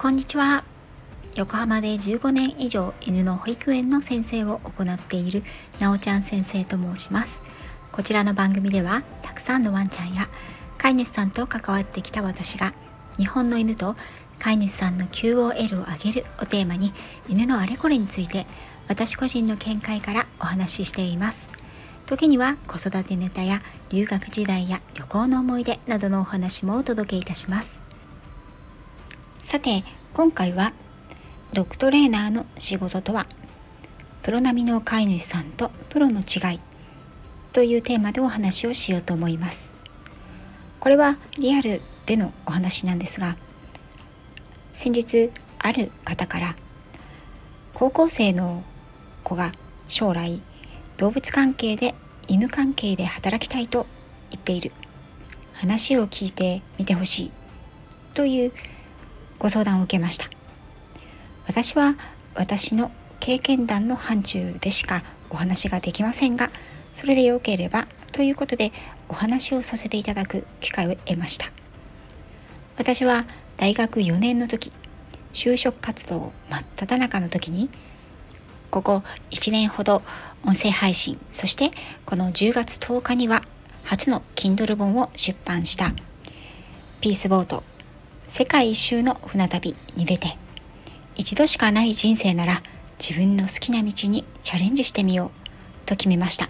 こんにちは。横浜で15年以上犬の保育園の先生を行っているなおちゃん先生と申します。こちらの番組ではたくさんのワンちゃんや飼い主さんと関わってきた私が日本の犬と飼い主さんの QOL を上げるをテーマに犬のあれこれについて私個人の見解からお話ししています。時には子育てネタや留学時代や旅行の思い出などのお話もお届けいたします。さて、今回はドッグトレーナーの仕事とは、プロ並みの飼い主さんとプロの違いというテーマでお話をしようと思います。これはリアルでのお話なんですが、先日ある方から高校生の子が将来動物関係で犬関係で働きたいと言っている、話を聞いてみてほしいというご相談を受けました。私は私の経験談の範疇でしかお話ができませんが、それでよければということでお話をさせていただく機会を得ました。私は大学4年の時、就職活動真っ只中の時に、ここ1年ほど音声配信、そしてこの10月10日には初の Kindle 本を出版したピースボート世界一周の船旅に出て、一度しかない人生なら自分の好きな道にチャレンジしてみようと決めました。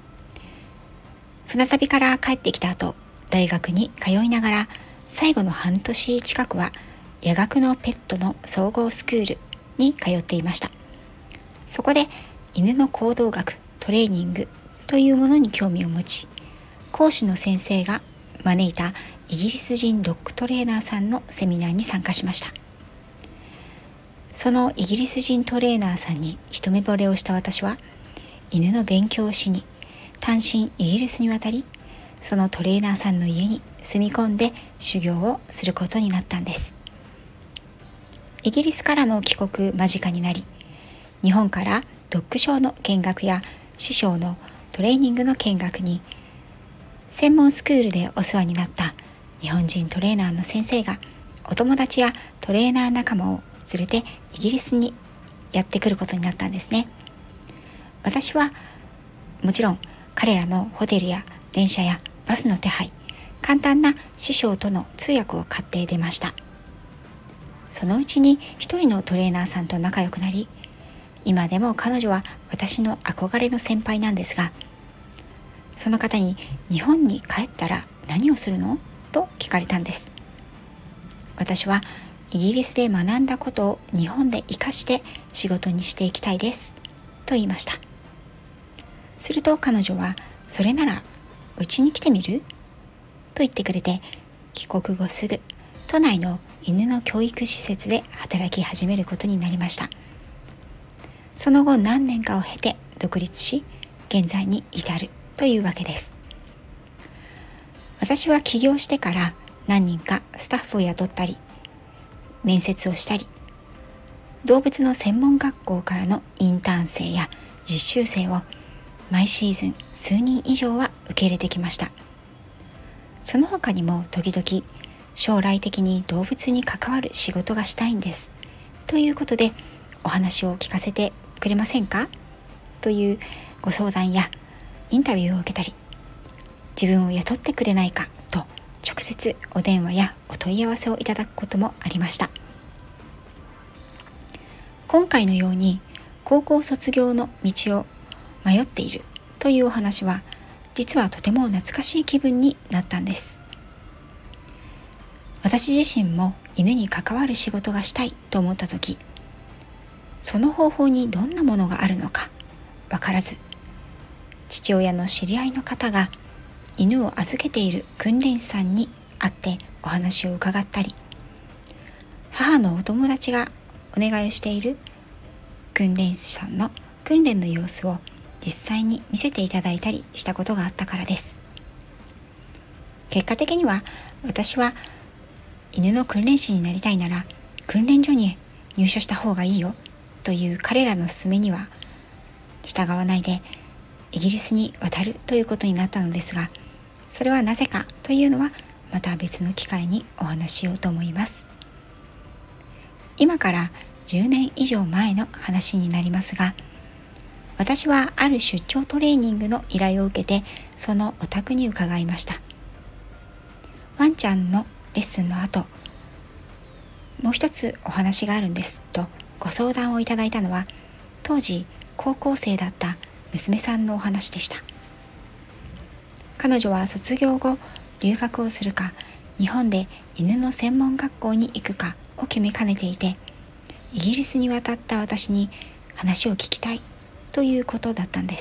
船旅から帰ってきた後、大学に通いながら最後の半年近くは野学のペットの総合スクールに通っていました。そこで犬の行動学、トレーニングというものに興味を持ち、講師の先生が招いたイギリス人ドッグトレーナーさんのセミナーに参加しました。そのイギリス人トレーナーさんに一目惚れをした私は、犬の勉強をしに単身イギリスに渡り、そのトレーナーさんの家に住み込んで修行をすることになったんです。イギリスからの帰国間近になり、日本からドッグショーの見学や師匠のトレーニングの見学に、専門スクールでお世話になった日本人トレーナーの先生がお友達やトレーナー仲間を連れてイギリスにやってくることになったんですね。私はもちろん彼らのホテルや電車やバスの手配、簡単な師匠との通訳を買って出ました。そのうちに一人のトレーナーさんと仲良くなり、今でも彼女は私の憧れの先輩なんですが、その方に日本に帰ったら何をするの？と聞かれたんです。私はイギリスで学んだことを日本で活かして仕事にしていきたいですと言いました。すると彼女は、それならうちに来てみる？と言ってくれて、帰国後すぐ都内の犬の教育施設で働き始めることになりました。その後何年かを経て独立し、現在に至るというわけです。私は起業してから何人かスタッフを雇ったり、面接をしたり、動物の専門学校からのインターン生や実習生を毎シーズン数人以上は受け入れてきました。その他にも時々、将来的に動物に関わる仕事がしたいんですということでお話を聞かせてくれませんかというご相談やインタビューを受けたり、自分を雇ってくれないかと直接お電話やお問い合わせをいただくこともありました。今回のように高校卒業の道を迷っているというお話は、実はとても懐かしい気分になったんです。私自身も犬に関わる仕事がしたいと思った時、その方法にどんなものがあるのかわからず、父親の知り合いの方が犬を預けている訓練士さんに会ってお話を伺ったり、母のお友達がお願いをしている訓練士さんの訓練の様子を実際に見せていただいたりしたことがあったからです。結果的には、私は犬の訓練士になりたいなら訓練所に入所した方がいいよという彼らの勧めには従わないでイギリスに渡るということになったのですが、それはなぜかというのはまた別の機会にお話ししようと思います。 今から10年以上前の話になりますが、私はある出張トレーニングの依頼を受けて、そのお宅に伺いました。ワンちゃんのレッスンの後、もう一つお話があるんですとご相談をいただいたのは、当時高校生だった娘さんのお話でした。彼女は卒業後留学をするか、日本で犬の専門学校に行くかを決めかねていて、イギリスに渡った私に話を聞きたいということだったんです。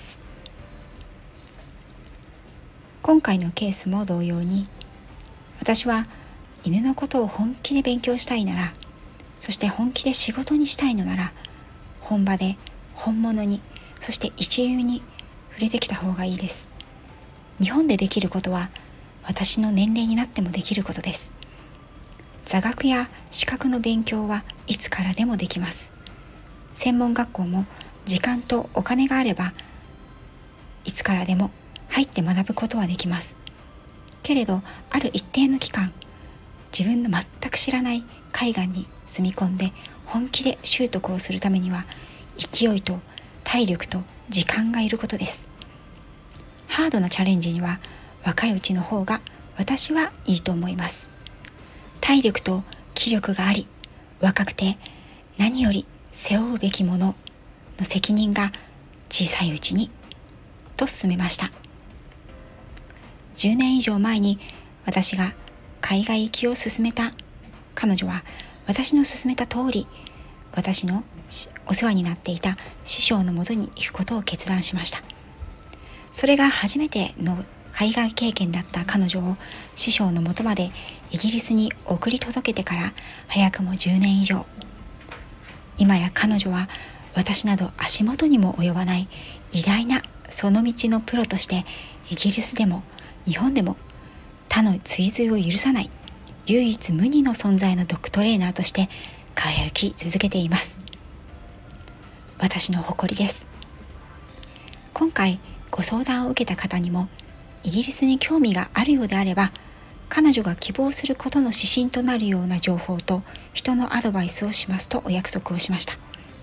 今回のケースも同様に、私は犬のことを本気で勉強したいなら、そして本気で仕事にしたいのなら、本場で本物に、そして一流に触れてきた方がいいです。日本でできることは私の年齢になってもできることです。座学や資格の勉強はいつからでもできます。専門学校も時間とお金があればいつからでも入って学ぶことはできます。けれどある一定の期間、自分の全く知らない海岸に住み込んで本気で習得をするためには、勢いと体力と時間がいることです。ハードなチャレンジには若いうちの方が私はいいと思います。体力と気力があり、若くて何より背負うべきものの責任が小さいうちにと進めました。10年以上前に私が海外行きを進めた彼女は、私の勧めた通り、私のお世話になっていた師匠のもとに行くことを決断しました。それが初めての海外経験だった彼女を師匠のもとまでイギリスに送り届けてから早くも10年以上。今や彼女は私など足元にも及ばない偉大なその道のプロとして、イギリスでも日本でも他の追随を許さない唯一無二の存在のドッグトレーナーとして輝き続けています。私の誇りです。今回ご相談を受けた方にも、イギリスに興味があるようであれば、彼女が希望することの指針となるような情報と人のアドバイスをしますとお約束をしました。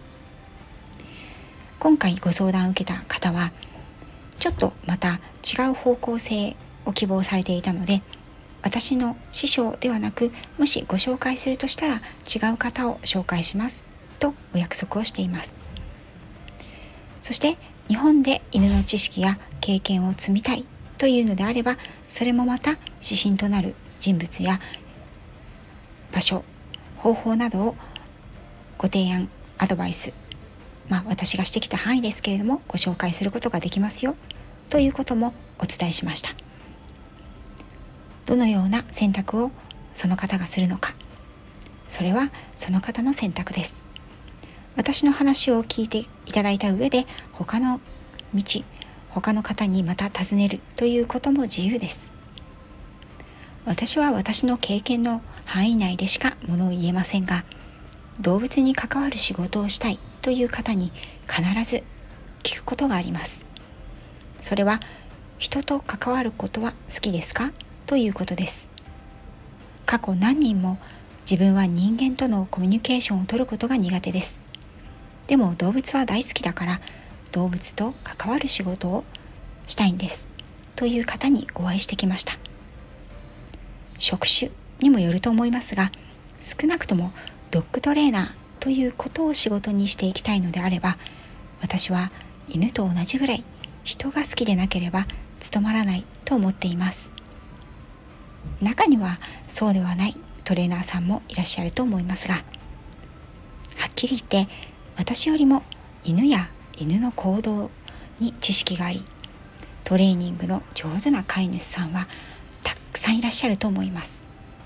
今回ご相談を受けた方は、ちょっとまた違う方向性を希望されていたので、私の師匠ではなく、もしご紹介するとしたら違う方を紹介しますとお約束をしています。そして日本で犬の知識や経験を積みたいというのであれば、それもまた指針となる人物や場所、方法などをご提案、アドバイス、私がしてきた範囲ですけれどもご紹介することができますよということもお伝えしました。どのような選択をその方がするのか、それはその方の選択です。私の話を聞いていただいた上で他の道、他の方にまた尋ねるということも自由です。私は私の経験の範囲内でしかものを言えませんが、動物に関わる仕事をしたいという方に必ず聞くことがあります。それは、人と関わることは好きですかということです。過去何人も自分は人間とのコミュニケーションを取ることが苦手です。でも動物は大好きだから動物と関わる仕事をしたいんですという方にお会いしてきました。職種にもよると思いますが、少なくともドッグトレーナーということを仕事にしていきたいのであれば、私は犬と同じぐらい人が好きでなければ務まらないと思っています。中にはそうではないトレーナーさんもいらっしゃると思いますが、はっきり言って私よりも犬や犬の行動に知識があり、トレーニングの上手な飼い主さんはたくさんいらっしゃると思います。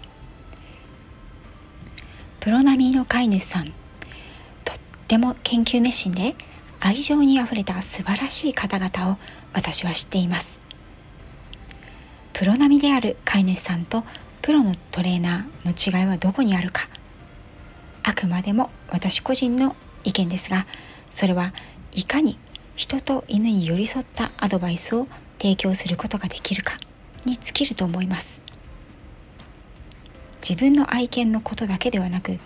プロ並みの飼い主さん、とっても研究熱心で愛情にあふれた素晴らしい方々を私は知っています。プロ並みである飼い主さんとプロのトレーナーの違いはどこにあるか、あくまでも私個人の意見ですが、それはいかに人と犬に寄り添ったアドバイスを提供することができるかに尽きると思います。自分の愛犬のことだけではなく、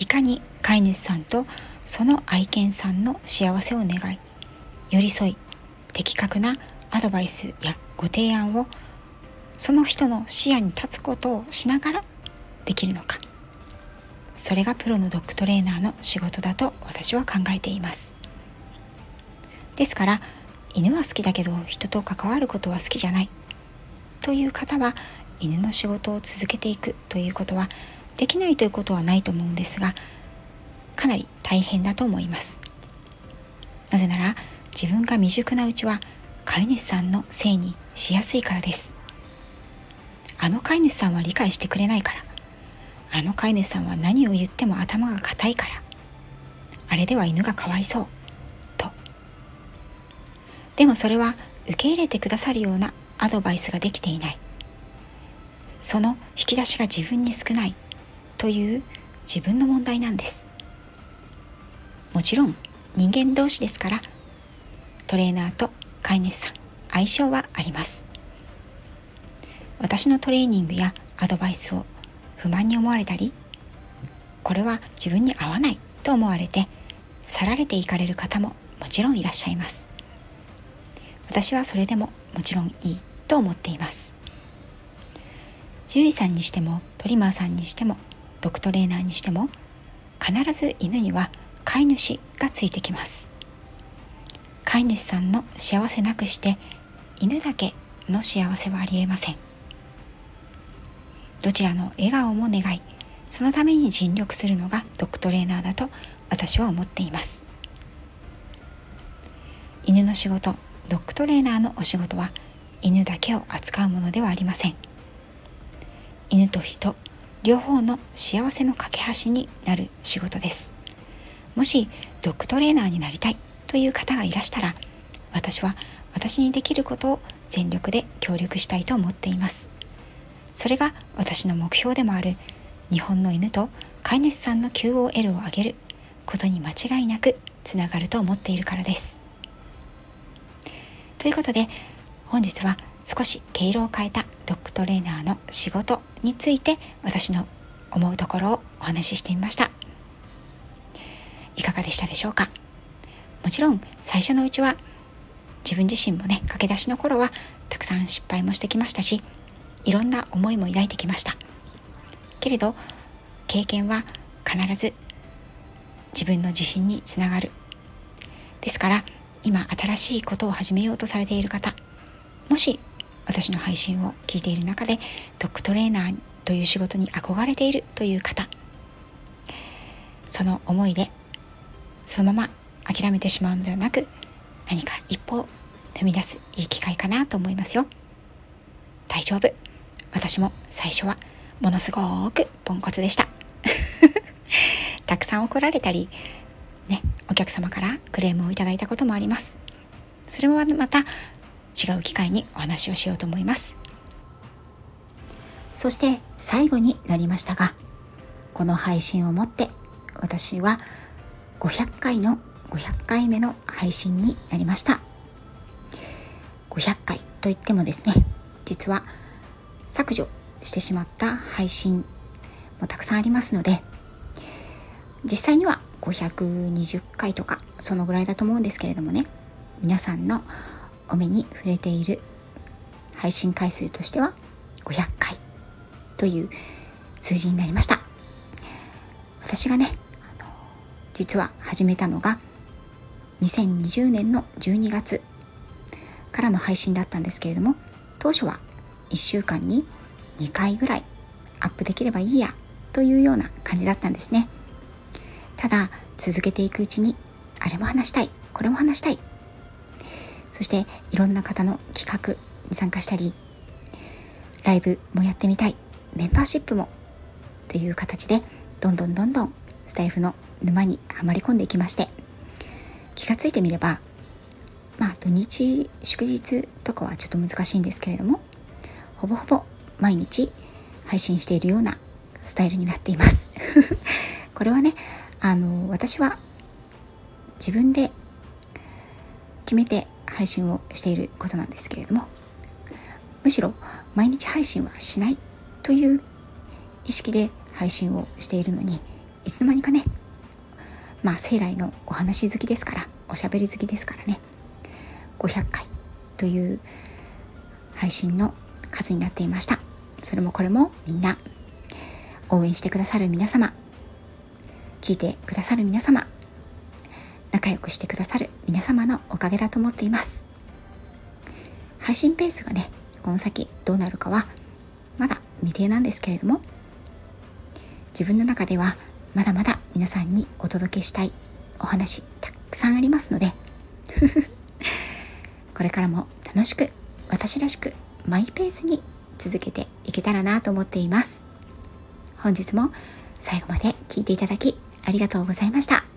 いかに飼い主さんとその愛犬さんの幸せを願い、寄り添い、的確なアドバイスやご提案をその人の視野に立つことをしながらできるのか、それがプロのドッグトレーナーの仕事だと私は考えています。ですから、犬は好きだけど人と関わることは好きじゃないという方は、犬の仕事を続けていくということはできないということはないと思うんですが、かなり大変だと思います。なぜなら、自分が未熟なうちは飼い主さんのせいにしやすいからです。あの飼い主さんは理解してくれないから、あの飼い主さんは何を言っても頭が固いから、あれでは犬がかわいそうと。でもそれは受け入れてくださるようなアドバイスができていない、その引き出しが自分に少ないという自分の問題なんです。もちろん人間同士ですから、トレーナーと飼い主さん、相性はあります。私のトレーニングやアドバイスを不満に思われたり、これは自分に合わないと思われて去られていかれる方ももちろんいらっしゃいます。私はそれでももちろんいいと思っています。獣医さんにしてもトリマーさんにしてもドッグトレーナーにしても、必ず犬には飼い主がついてきます。飼い主さんの幸せなくして犬だけの幸せはありえません。どちらの笑顔も願い、そのために尽力するのがドッグトレーナーだと私は思っています。犬の仕事、ドッグトレーナーのお仕事は犬だけを扱うものではありません。犬と人両方の幸せの架け橋になる仕事です。もしドッグトレーナーになりたいという方がいらしたら、私は私にできることを全力で協力したいと思っています。それが私の目標でもある日本の犬と飼い主さんの QOL を上げることに間違いなくつながると思っているからです。ということで、本日は少し毛色を変えたドッグトレーナーの仕事について私の思うところをお話ししてみました。いかがでしたでしょうか。もちろん最初のうちは自分自身も駆け出しの頃はたくさん失敗もしてきましたし、いろんな思いも抱いてきましたけれど、経験は必ず自分の自信につながる。ですから今新しいことを始めようとされている方、もし私の配信を聞いている中でドッグトレーナーという仕事に憧れているという方、その思いでそのまま諦めてしまうのではなく、何か一歩踏み出すいい機会かなと思いますよ。大丈夫、私も最初はものすごくポンコツでしたたくさん怒られたりお客様からクレームをいただいたこともあります。それもまた違う機会にお話をしようと思います。そして最後になりましたが、この配信をもって私は500回目の配信になりました。500回といってもですね、実は削除してしまった配信もたくさんありますので、実際には520回とかそのぐらいだと思うんですけれどもね、皆さんのお目に触れている配信回数としては500回という数字になりました。私が実は始めたのが2020年の12月からの配信だったんですけれども、当初は1週間に2回ぐらいアップできればいいやというような感じだったんですね。ただ続けていくうちに、あれも話したい、これも話したい、そしていろんな方の企画に参加したり、ライブもやってみたい、メンバーシップもっていう形でどんどんスタイフの沼にはまり込んでいきまして、気がついてみれば土日祝日とかはちょっと難しいんですけれども、ほぼほぼ毎日配信しているようなスタイルになっていますこれは私は自分で決めて配信をしていることなんですけれども、むしろ毎日配信はしないという意識で配信をしているのに、 いつの間にかね、生来のお話好きですから、おしゃべり好きですからね、500回という配信の数になっていました。それもこれもみんな応援してくださる皆様、聞いてくださる皆様、仲良くしてくださる皆様のおかげだと思っています。配信ペースがね、この先どうなるかはまだ未定なんですけれども、自分の中ではまだまだ皆さんにお届けしたいお話たくさんありますのでこれからも楽しく私らしくマイペースに続けていけたらなと思っています。本日も最後まで聞いていただきありがとうございました。